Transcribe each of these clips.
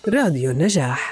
راديو النجاح.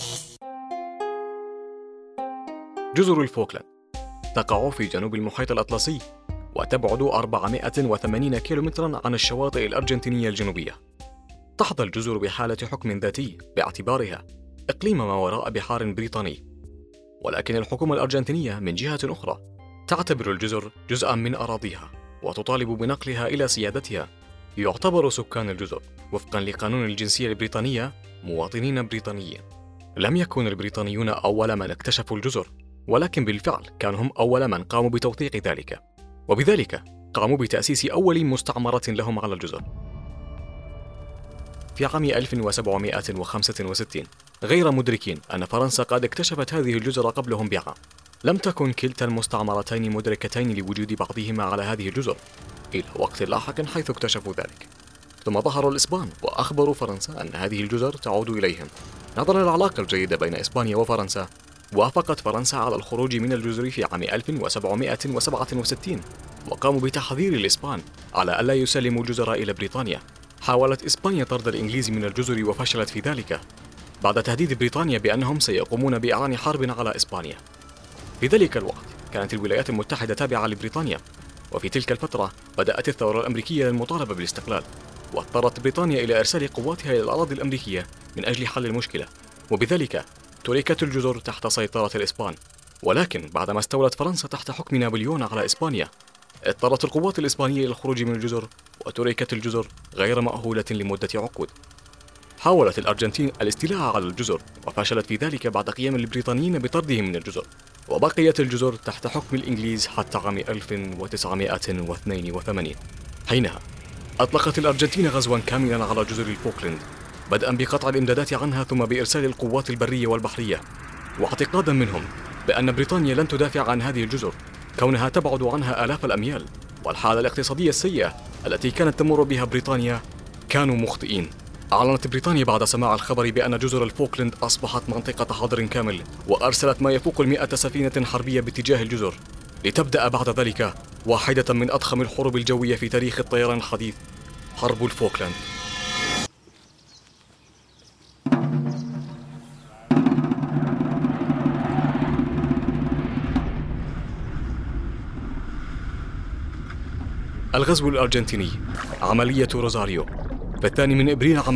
جزر الفوكلاند تقع في جنوب المحيط الأطلسي وتبعد 480 كيلومتراً عن الشواطئ الأرجنتينية الجنوبية. تحظى الجزر بحالة حكم ذاتي باعتبارها إقليم ما وراء بحار بريطاني، ولكن الحكومة الأرجنتينية من جهة أخرى تعتبر الجزر جزءاً من أراضيها وتطالب بنقلها إلى سيادتها. يعتبر سكان الجزر وفقاً لقانون الجنسية البريطانية مواطنين بريطانيين. لم يكن البريطانيون أول من اكتشفوا الجزر، ولكن بالفعل كانوا هم أول من قاموا بتوثيق ذلك، وبذلك قاموا بتأسيس أول مستعمرة لهم على الجزر في عام 1765، غير مدركين أن فرنسا قد اكتشفت هذه الجزر قبلهم بعام. لم تكن كلتا المستعمرتين مدركتين لوجود بعضهما على هذه الجزر إلى وقت لاحق حيث اكتشفوا ذلك، ثم ظهر الإسبان وأخبروا فرنسا أن هذه الجزر تعود إليهم. نظرا للعلاقة الجيدة بين إسبانيا وفرنسا، وافقت فرنسا على الخروج من الجزر في عام 1767، وقاموا بتحذير الإسبان على ألا يسلموا الجزر إلى بريطانيا. حاولت إسبانيا طرد الإنجليز من الجزر وفشلت في ذلك بعد تهديد بريطانيا بأنهم سيقومون بإعلان حرب على إسبانيا. في ذلك الوقت كانت الولايات المتحدة تابعة لبريطانيا، وفي تلك الفترة بدأت الثورة الأمريكية للمطالبة بالاستقلال، واضطرت بريطانيا إلى إرسال قواتها إلى الأراضي الأمريكية من أجل حل المشكلة، وبذلك تركت الجزر تحت سيطرة الإسبان. ولكن بعدما استولت فرنسا تحت حكم نابليون على إسبانيا، اضطرت القوات الإسبانية إلى الخروج من الجزر، وتركت الجزر غير مأهولة لمدة عقود. حاولت الأرجنتين الاستيلاء على الجزر، وفشلت في ذلك بعد قيام البريطانيين بطردهم من الجزر، وبقيت الجزر تحت حكم الإنجليز حتى عام 1982. حينها أطلقت الأرجنتين غزواً كاملاً على جزر الفوكلاند، بدءاً بقطع الإمدادات عنها ثم بإرسال القوات البرية والبحرية، واعتقاداً منهم بأن بريطانيا لن تدافع عن هذه الجزر كونها تبعد عنها آلاف الأميال، والحالة الاقتصادية السيئة التي كانت تمر بها بريطانيا. كانوا مخطئين. أعلنت بريطانيا بعد سماع الخبر بأن جزر الفوكلاند أصبحت منطقة حظر كامل، وأرسلت ما يفوق 100 سفينة حربية باتجاه الجزر، لتبدأ بعد ذلك واحدة من أضخم الحروب الجوية في تاريخ الطيران الحديث، حرب الفوكلاند. الغزو الأرجنتيني، عملية روزاريو. في 2 أبريل عام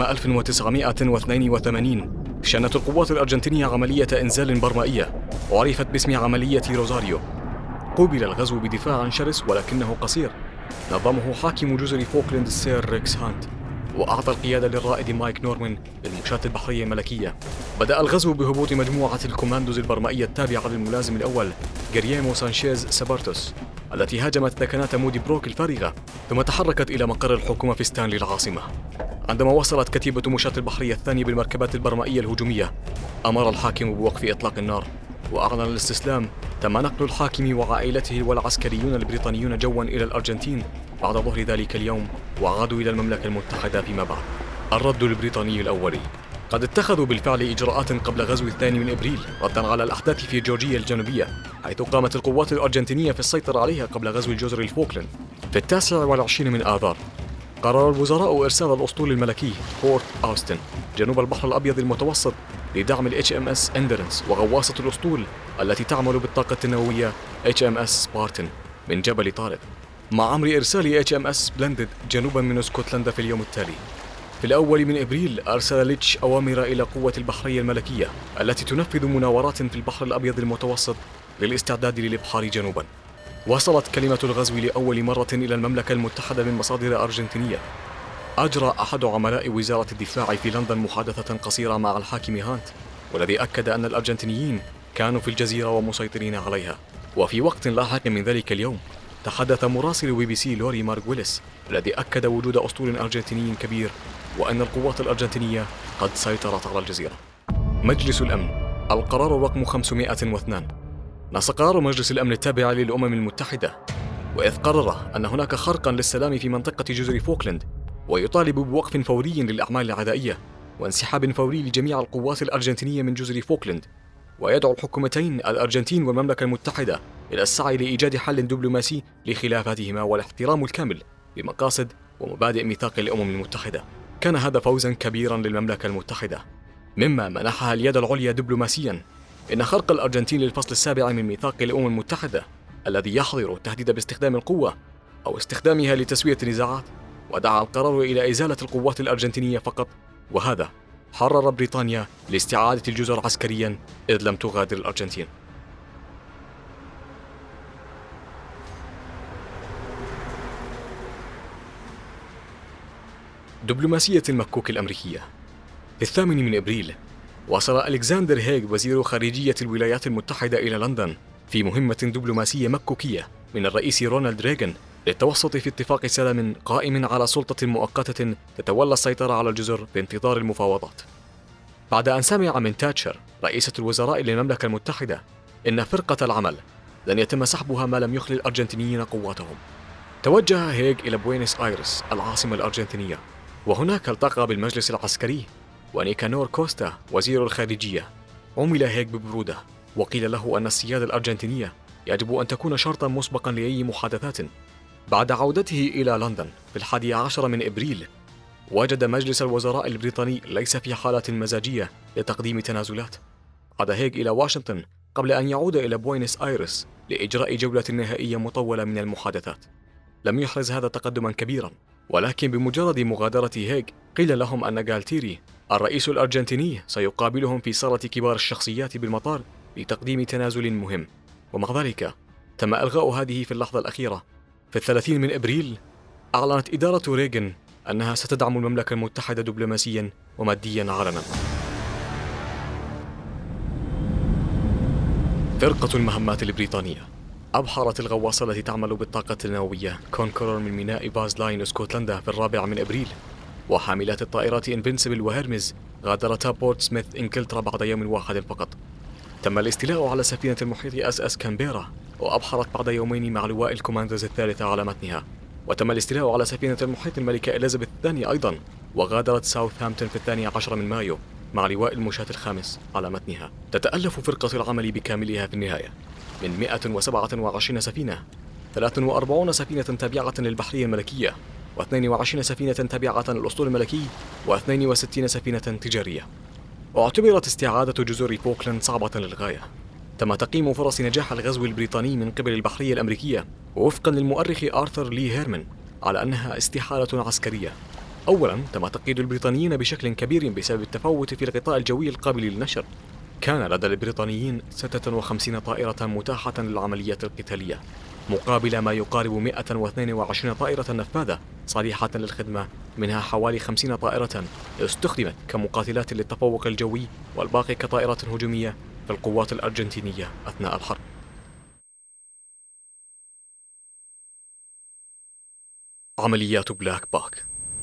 1982 شنت القوات الأرجنتينية عملية إنزال برمائية وعرفت باسم عملية روزاريو. قوبل الغزو بدفاع شرس ولكنه قصير، نظمه حاكم جزر فوكلاند السير ريكس هانت، وأعطى القيادة للرائد مايك نورمان للمشاة البحرية الملكية. بدأ الغزو بهبوط مجموعة الكوماندوز البرمائية التابعة للملازم الأول غيريمو سانشيز سابارتوس، التي هاجمت ثكنات مودي بروك الفارغة، ثم تحركت إلى مقر الحكومة في ستانلي العاصمة. عندما وصلت كتيبة مشاة البحرية الثانية بالمركبات البرمائية الهجومية، أمر الحاكم بوقف إطلاق النار وأعلن الاستسلام. تم نقل الحاكم وعائلته والعسكريون البريطانيون جوا إلى الأرجنتين بعد ظهر ذلك اليوم، وعادوا إلى المملكة المتحدة فيما بعد. الرد البريطاني الأولي. قد اتخذوا بالفعل إجراءات قبل غزو 2 أبريل ردا على الأحداث في جورجيا الجنوبية، حيث قامت القوات الأرجنتينية في السيطرة عليها قبل غزو الجزر الفوكلاند. في 29 آذار قرر الوزراء إرسال الأسطول الملكي بورت أوستن جنوب البحر الأبيض المتوسط لدعم HMS إندرنس وغواصة الأسطول التي تعمل بالطاقة النووية HMS سبارتن من جبل طارق، مع أمر إرسال HMS سبلندد جنوبا من اسكتلندا في اليوم التالي. في 1 أبريل أرسل ليتش أوامر إلى قوة البحرية الملكية التي تنفذ مناورات في البحر الأبيض المتوسط للاستعداد للإبحار جنوبا. وصلت كلمة الغزو لأول مرة إلى المملكة المتحدة من مصادر أرجنتينية. أجرى أحد عملاء وزارة الدفاع في لندن محادثة قصيرة مع الحاكم هانت، والذي أكد أن الأرجنتينيين كانوا في الجزيرة ومسيطرين عليها. وفي وقت لاحق من ذلك اليوم تحدث مراسل BBC لوري مارغويلس، الذي أكد وجود أسطول أرجنتيني كبير وأن القوات الأرجنتينية قد سيطرت على الجزيرة. مجلس الأمن. القرار رقم 502. نص قرار مجلس الأمن التابع للأمم المتحدة، وإذ قرر أن هناك خرقاً للسلام في منطقة جزر فوكلاند، ويطالب بوقف فوري للأعمال العدائية وانسحاب فوري لجميع القوات الأرجنتينية من جزر فوكلاند، ويدعو الحكومتين الأرجنتين والمملكة المتحدة إلى السعي لإيجاد حل دبلوماسي لخلافاتهما والاحترام الكامل بمقاصد ومبادئ ميثاق الأمم المتحدة. كان هذا فوزاً كبيراً للمملكة المتحدة. مما منحها اليد العليا دبلوماسيا. إن خرق الأرجنتين للفصل السابع من ميثاق الأمم المتحدة الذي يحظر التهديد باستخدام القوة أو استخدامها لتسوية النزاعات، ودعا القرار إلى إزالة القوات الأرجنتينية فقط، وهذا حرر بريطانيا لاستعادة الجزر عسكريا إذ لم تغادر الأرجنتين. دبلوماسية المكوك الأمريكية. في 8 أبريل وصل ألكسندر هيغ وزير خارجية الولايات المتحدة إلى لندن في مهمة دبلوماسية مكوكية من الرئيس رونالد ريغان للتوسط في اتفاق سلام قائم على سلطة مؤقتة تتولى السيطرة على الجزر بانتظار المفاوضات. بعد أن سمع من تاتشر رئيسة الوزراء للمملكة المتحدة إن فرقة العمل لن يتم سحبها ما لم يخل الأرجنتينيين قواتهم، توجه هيغ إلى بوينس آيرس العاصمة الأرجنتينية، وهناك التقى بالمجلس العسكري ونيكانور كوستا وزير الخارجية. عُمل هيغ ببرودة وقيل له أن السيادة الأرجنتينية يجب أن تكون شرطا مسبقا لأي محادثات. بعد عودته إلى لندن في 11 أبريل وجد مجلس الوزراء البريطاني ليس في حالة مزاجية لتقديم تنازلات. عاد هيغ إلى واشنطن قبل أن يعود إلى بوينس آيرس لإجراء جولة نهائية مطولة من المحادثات. لم يحرز هذا تقدما كبيرا، ولكن بمجرد مغادرة هيغ قيل لهم أن غالتيري الرئيس الأرجنتيني سيقابلهم في صالة كبار الشخصيات بالمطار لتقديم تنازل مهم، ومع ذلك تم إلغاء هذه في اللحظة الأخيرة. في 30 أبريل أعلنت إدارة ريغان أنها ستدعم المملكة المتحدة دبلوماسيا وماديا علنا. فرقة المهمات البريطانية. أبحرت الغواصة التي تعمل بالطاقة النووية كونكورر من ميناء باز لاين اسكتلندا في 4 أبريل، وحاملات الطائرات إنفنسبل وهيرمز غادرتا بورت سميث إنجلترا بعد يوم واحد فقط. تم الاستيلاء على سفينة المحيط SS كامبيرا، وأبحرت بعد يومين مع لواء الكوماندوز الثالثة على متنها. وتم الاستيلاء على سفينة المحيط الملكة إليزابيث الثانية أيضا، وغادرت ساوثهامبتون في 12 مايو مع لواء المشاة الخامس على متنها. تتألف فرقة العمل بكاملها في النهاية من 127 سفينة، 43 سفينة تابعة للبحرية الملكية، و22 سفينة تابعة للأسطول الملكي، و62 سفينة تجارية. واعتبرت استعادة جزر فوكلاند صعبة للغاية. تم تقييم فرص نجاح الغزو البريطاني من قبل البحرية الأمريكية ووفقا للمؤرخ آرثر لي هيرمان على أنها استحالة عسكرية. أولا، تم تقييد البريطانيين بشكل كبير بسبب التفاوت في الغطاء الجوي القابل للنشر. كان لدى البريطانيين 56 طائرة متاحة للعمليات القتالية، مقابل ما يقارب 122 طائرة نفاذة صالحة للخدمة، منها حوالي 50 طائرة استخدمت كمقاتلات للتفوق الجوي، والباقي كطائرات هجومية في القوات الأرجنتينية أثناء الحرب. عمليات بلاك باك.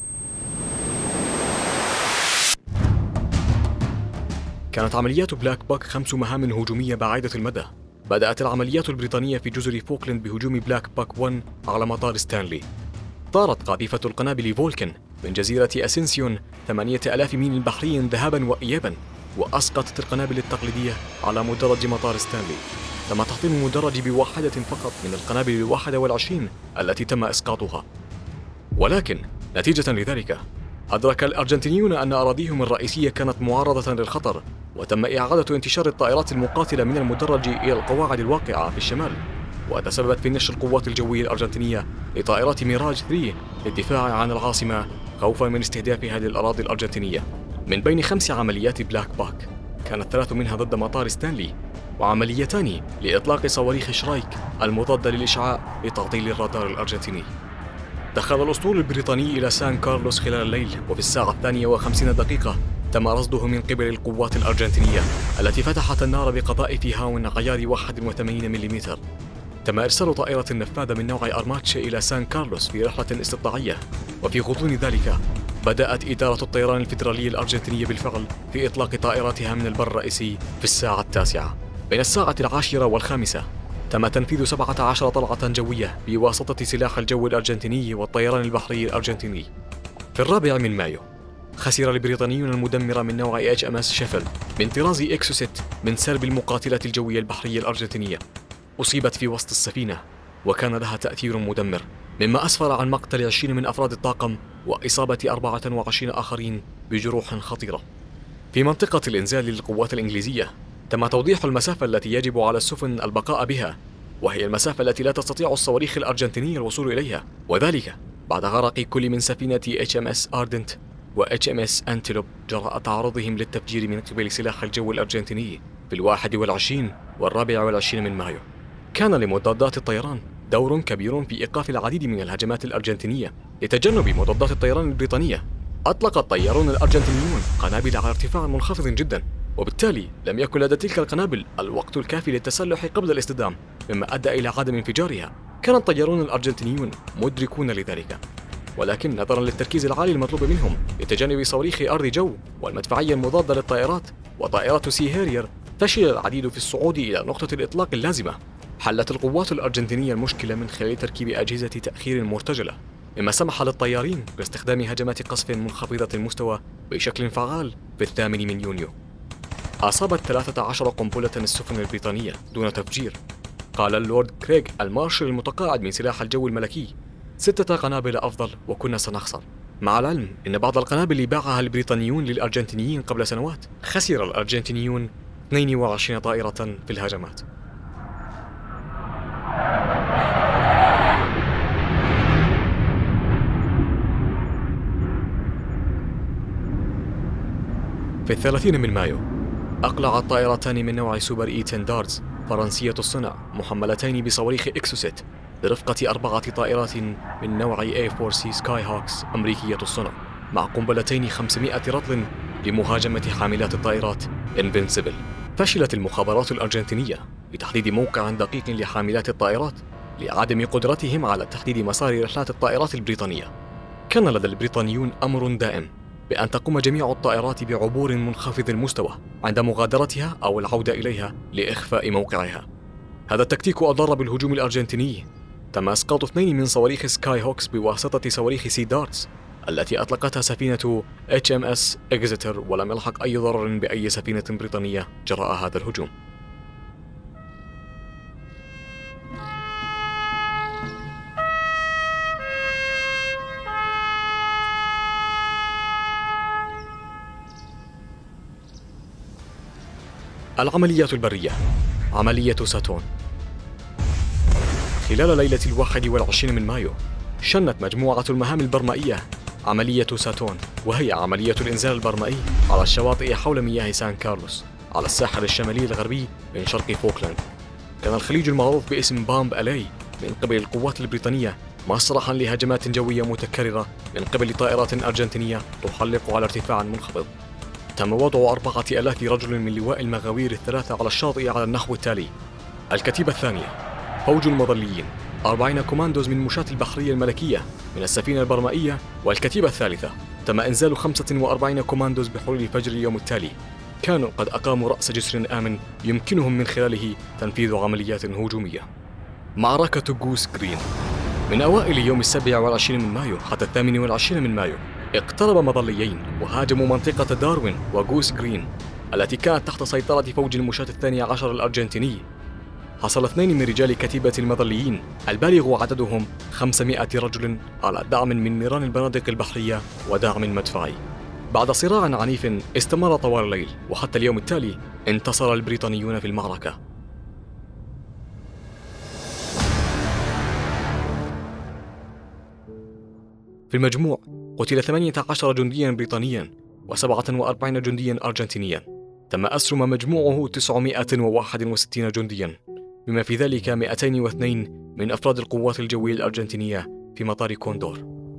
كانت عمليات بلاك باك 5 مهام هجومية بعيدة المدى. بدأت العمليات البريطانية في جزر فوكلاند بهجوم بلاك باك 1 على مطار ستانلي. طارت قاذفة القنابل فولكن من جزيرة أسنسيون 8000 ميل بحري ذهابا وإيابا، وأسقطت القنابل التقليدية على مدرج مطار ستانلي. تم تحطيم المدرج بواحدة فقط من القنابل 21 التي تم إسقاطها، ولكن نتيجة لذلك أدرك الأرجنتينيون أن أراضيهم الرئيسية كانت معرضة للخطر، وتم إعادة انتشار الطائرات المقاتلة من المدرج إلى القواعد الواقعة في الشمال، وتسببت في نشر القوات الجوية الأرجنتينية لطائرات ميراج 3 للدفاع عن العاصمة خوفا من استهدافها للأراضي الأرجنتينية. من بين 5 عمليات بلاك باك كانت 3 منها ضد مطار ستانلي، وعمليتان لإطلاق صواريخ شرايك المضادة للإشعاع لتعطيل الرادار الأرجنتيني. دخل الأسطول البريطاني إلى سان كارلوس خلال الليل، وفي الساعة 52 تم رصده من قبل القوات الأرجنتينية التي فتحت النار بقذائف هاون عيار 81 ملم. تم إرسال طائرة نفاذة من نوع أرماتش إلى سان كارلوس في رحلة استطلاعية، وفي غضون ذلك بدأت إدارة الطيران الفيدرالي الأرجنتيني بالفعل في إطلاق طائراتها من البر الرئيسي في الساعة 9. بين الساعة 10 و5 تم تنفيذ 17 طلعة جوية بواسطة سلاح الجو الأرجنتيني والطيران البحري الأرجنتيني. في 4 مايو خسر البريطانيون المدمرة من نوع HMS شيفيلد من طراز إكسوست من سرب المقاتلات الجوية البحرية الأرجنتينية. أصيبت في وسط السفينة وكان لها تأثير مدمر، مما أسفر عن مقتل 20 من أفراد الطاقم وإصابة 24 آخرين بجروح خطيرة. في منطقة الإنزال للقوات الإنجليزية تم توضيح المسافة التي يجب على السفن البقاء بها، وهي المسافة التي لا تستطيع الصواريخ الأرجنتينية الوصول إليها، وذلك بعد غرق كل من سفينة HMS أردنت و HMS أنتلوب جراء تعرضهم للتفجير من قبل سلاح الجو الأرجنتيني في 21 و24 من مايو. كان لمضادات الطيران دور كبير في إيقاف العديد من الهجمات الأرجنتينية لتجنب مضادات الطيران البريطانية. أطلق الطيارون الأرجنتينيون قنابل على ارتفاع منخفض جدا، وبالتالي لم يكن لدى تلك القنابل الوقت الكافي للتسلح قبل الاصطدام، مما أدى إلى عدم انفجارها. كان الطيارون الأرجنتينيون مدركون لذلك، ولكن نظرا للتركيز العالي المطلوب منهم لتجنب صواريخ أرض جو والمدفعية المضادة للطائرات وطائرة سي هيرير، فشل العديد في الصعود إلى نقطة الإطلاق اللازمة. حلت القوات الأرجنتينية المشكلة من خلال تركيب أجهزة تأخير مرتجلة، مما سمح للطيارين باستخدام هجمات قصف منخفضة المستوى بشكل فعال في 8 من يونيو. أصابت 13 قنبلة السفن البريطانية دون تفجير. قال اللورد كريغ المارشال المتقاعد من سلاح الجو الملكي: 6 قنابل أفضل وكنا سنخسر. مع العلم أن بعض القنابل باعها البريطانيون للأرجنتينيين قبل سنوات، خسر الأرجنتينيون 22 طائرة في الهجمات. في 30 من مايو أقلع الطائرتان من نوع سوبر إيتن داردز فرنسية الصنع محملتين بصواريخ إكسوسيت برفقة 4 طائرات من نوع A4C سكاي هوكس أمريكية الصنع مع قنبلتين 500 رطل لمهاجمة حاملات الطائرات إنفنسيبل. فشلت المخابرات الأرجنتينية بتحديد موقع دقيق لحاملات الطائرات لعدم قدرتهم على تحديد مسار رحلات الطائرات البريطانية. كان لدى البريطانيون أمر دائم بأن تقوم جميع الطائرات بعبور منخفض المستوى عند مغادرتها أو العودة إليها لإخفاء موقعها. هذا التكتيك أضر بالهجوم الأرجنتيني. تم إسقاط 2 من صواريخ سكاي هوكس بواسطة صواريخ سي دارتس التي أطلقتها سفينة HMS إكزيتر، ولم يلحق أي ضرر بأي سفينة بريطانية جراء هذا الهجوم. العمليات البرية، عملية ساتون. خلال ليلة 21 من مايو شنت مجموعة المهام البرمائية عملية ساتون، وهي عملية الإنزال البرمائي على الشواطئ حول مياه سان كارلوس على الساحل الشمالي الغربي من شرق فوكلاند. كان الخليج المعروف باسم بامب ألاي من قبل القوات البريطانية مسرحا لهجمات جوية متكررة من قبل طائرات أرجنتينية تحلق على ارتفاع منخفض. تم وضع 4000 رجل من لواء المغاوير الثلاثة على الشاطئ على النحو التالي: الكتيبة الثانية فوج المظليين، 40 كوماندوز من مشاة البحرية الملكية من السفينة البرمائية، والكتيبة الثالثة تم إنزال 45 كوماندوز بحلول الفجر اليوم التالي. كانوا قد أقاموا رأس جسر آمن يمكنهم من خلاله تنفيذ عمليات هجومية. معركة غوس جرين. من أوائل يوم 27 من مايو حتى 28 من مايو اقترب مظليين وهاجموا منطقة داروين وغوس جرين التي كانت تحت سيطرة فوج المشاة 12 الأرجنتيني. حصل 2 من رجال كتيبة المظليين البالغ عددهم 500 رجل على دعم من نيران البنادق البحرية ودعم مدفعي. بعد صراع عنيف استمر طوال الليل وحتى اليوم التالي انتصر البريطانيون في المعركة. في المجموع قتل 18 جنديا بريطانيا و47 جنديا أرجنتينيا. تم أسر ما مجموعه 961 جنديا، بما في ذلك 202 من أفراد القوات الجوية الأرجنتينية في مطار كوندور.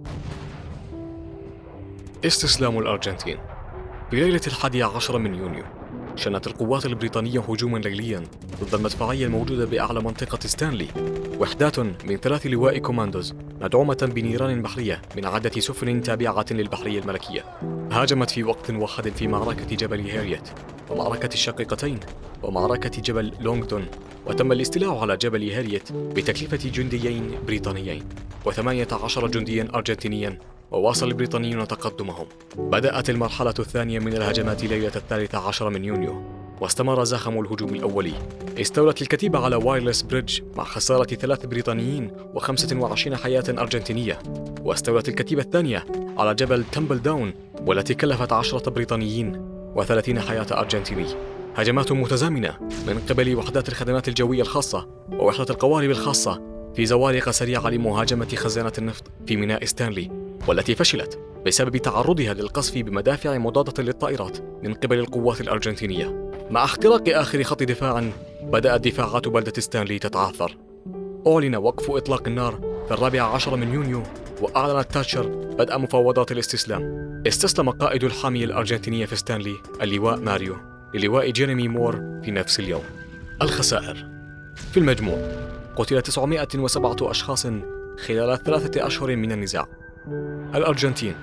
استسلام الأرجنتين. في ليلة 11 من يونيو شنت القوات البريطانية هجوما ليليا ضد المدفعية الموجودة بأعلى منطقة ستانلي. وحدات من 3 لواء كوماندوز مدعومة بنيران بحرية من عدة سفن تابعة للبحرية الملكية هاجمت في وقت واحد في معركة جبل هاريت ومعركة الشقيقتين ومعركة جبل لونغدون، وتم الاستيلاء على جبل هاريت بتكلفة جنديين بريطانيين و18 جنديا أرجنتينيا، وواصل البريطانيون تقدمهم. بدأت المرحلة الثانية من الهجمات ليلة 13 من يونيو واستمر زخم الهجوم الأولي. استولت الكتيبة على وايرلس بريدج مع خسارة 3 بريطانيين و25 حياة أرجنتينية، واستولت الكتيبة الثانية على جبل تمبل داون والتي كلفت 10 بريطانيين و30 حياة أرجنتيني. هجمات متزامنة من قبل وحدات الخدمات الجوية الخاصة ووحدة القوارب الخاصة في زوارق سريعة لمهاجمة خزانة النفط في ميناء ستانلي، والتي فشلت بسبب تعرضها للقصف بمدافع مضادة للطائرات من قبل القوات الأرجنتينية. مع اختراق آخر خط دفاع، بدأت دفاعات بلدة ستانلي تتعثر. أعلن وقف إطلاق النار في 14 من يونيو، وأعلنت تاتشر بدء مفاوضات الاستسلام. استسلم قائد الحامية الأرجنتينية في ستانلي اللواء ماريو للواء جيريمي مور في نفس اليوم. الخسائر في المجموع: قتل 907 أشخاص خلال 3 أشهر من النزاع. الأرجنتين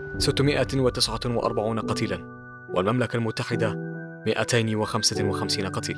649 قتيلاً، والمملكة المتحدة 255 قتيل.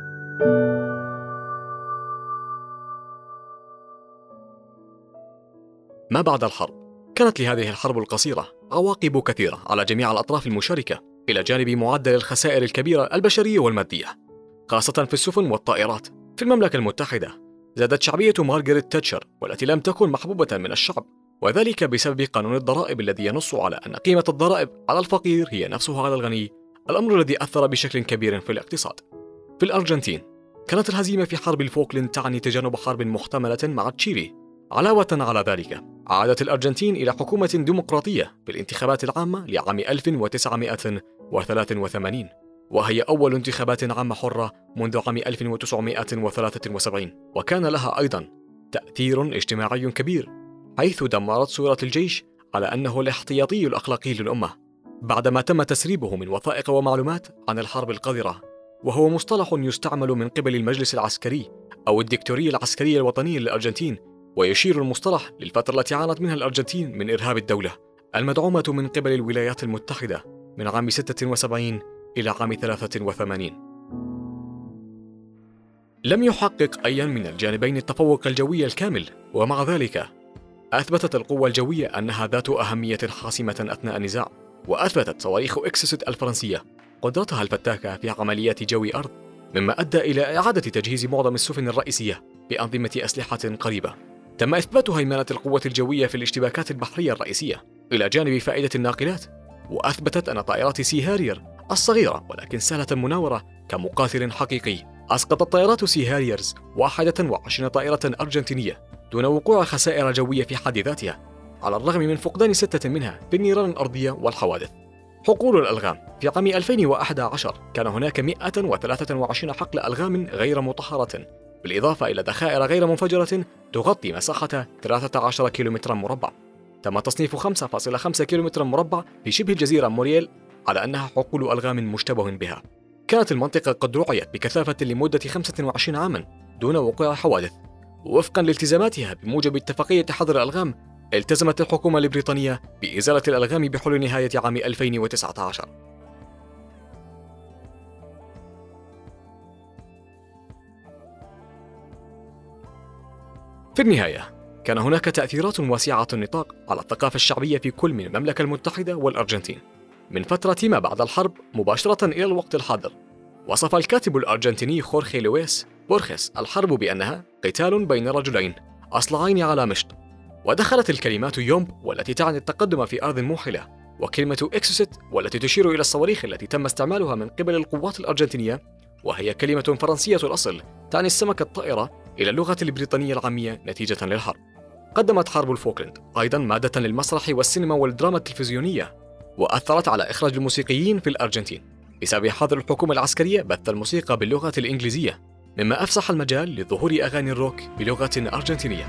ما بعد الحرب. كانت لهذه الحرب القصيرة عواقب كثيرة على جميع الأطراف المشاركة، إلى جانب معدل الخسائر الكبيرة البشرية والمادية، خاصة في السفن والطائرات. في المملكة المتحدة زادت شعبية مارغريت تاتشر، والتي لم تكن محبوبة من الشعب، وذلك بسبب قانون الضرائب الذي ينص على أن قيمة الضرائب على الفقير هي نفسها على الغني، الأمر الذي أثر بشكل كبير في الاقتصاد. في الأرجنتين كانت الهزيمة في حرب الفوكلاند تعني تجنب حرب محتملة مع تشيلي. علاوة على ذلك، عادت الأرجنتين إلى حكومة ديمقراطية في الانتخابات العامة لعام 1983، وهي أول انتخابات عامة حرة منذ عام 1973، وكان لها أيضاً تأثير اجتماعي كبير، حيث دمرت صورة الجيش على أنه الاحتياطي الأخلاقي للأمة، بعدما تم تسريبه من وثائق ومعلومات عن الحرب القذرة، وهو مصطلح يستعمل من قبل المجلس العسكري أو الديكتاتورية العسكرية الوطنية للأرجنتين، ويشير المصطلح للفترة التي عانت منها الأرجنتين من إرهاب الدولة المدعومة من قبل الولايات المتحدة من عام 76 إلى عام 83. لم يحقق أي من الجانبين التفوق الجوي الكامل، ومع ذلك أثبتت القوة الجوية أنها ذات أهمية حاسمة أثناء النزاع، وأثبتت صواريخ إكسوست الفرنسية قدرتها الفتاكة في عمليات جو أرض، مما أدى إلى إعادة تجهيز معظم السفن الرئيسية بأنظمة أسلحة قريبة. تم إثبات هيمنة القوة الجوية في الاشتباكات البحرية الرئيسية إلى جانب فائدة الناقلات، وأثبتت أن طائرات سي هارير الصغيرة ولكن سهلة المناورة كمقاتل حقيقي. أسقطت طائرات سي هاريرز 21 طائرة أرجنتينية دون وقوع خسائر جوية في حد ذاتها، على الرغم من فقدان 6 منها بالنيران الأرضية والحوادث. حقول الألغام: في عام 2011 كان هناك 123 حقل ألغام غير مطهرة، بالإضافة إلى ذخائر غير منفجرة تغطي مساحة 13 كيلومترا مربع. تم تصنيف 5.5 كيلومترا مربع في شبه الجزيرة مورييل على أنها حقول ألغام مشتبه بها. كانت المنطقة قد رعيت بكثافة لمدة 25 عاما دون وقوع حوادث. ووفقا لالتزاماتها بموجب اتفاقية حظر الألغام، التزمت الحكومة البريطانية بإزالة الألغام بحلول نهاية عام 2019. في النهاية، كان هناك تأثيرات واسعة النطاق على الثقافة الشعبية في كل من المملكة المتحدة والأرجنتين من فترة ما بعد الحرب مباشرة إلى الوقت الحاضر. وصف الكاتب الأرجنتيني خورخي لويس بورخيس الحرب بأنها قتال بين رجلين أصلعين على مشط، ودخلت الكلمات يومب والتي تعني التقدم في أرض موحلة، وكلمة إكسوست والتي تشير إلى الصواريخ التي تم استعمالها من قبل القوات الأرجنتينية، وهي كلمة فرنسية الأصل تعني السمكة الطائرة، إلى اللغة البريطانية العامية نتيجة للحرب. قدمت حرب الفوكلاند أيضاً مادة للمسرح والسينما والدراما التلفزيونية، وأثرت على إخراج الموسيقيين في الأرجنتين بسبب حظر الحكومة العسكرية بث الموسيقى باللغة الإنجليزية، مما أفسح المجال لظهور أغاني الروك بلغة أرجنتينية.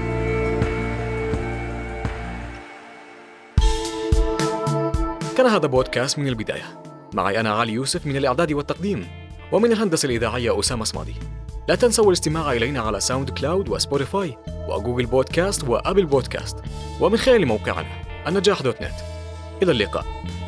كان هذا بودكاست من البداية، معي أنا علي يوسف من الإعداد والتقديم، ومن الهندسة الإذاعية أسامة صمادي. لا تنسوا الاستماع إلينا على ساوند كلاود وسبوتيفاي وجوجل بودكاست وأبل بودكاست، ومن خلال موقعنا النجاح.net. إلى اللقاء.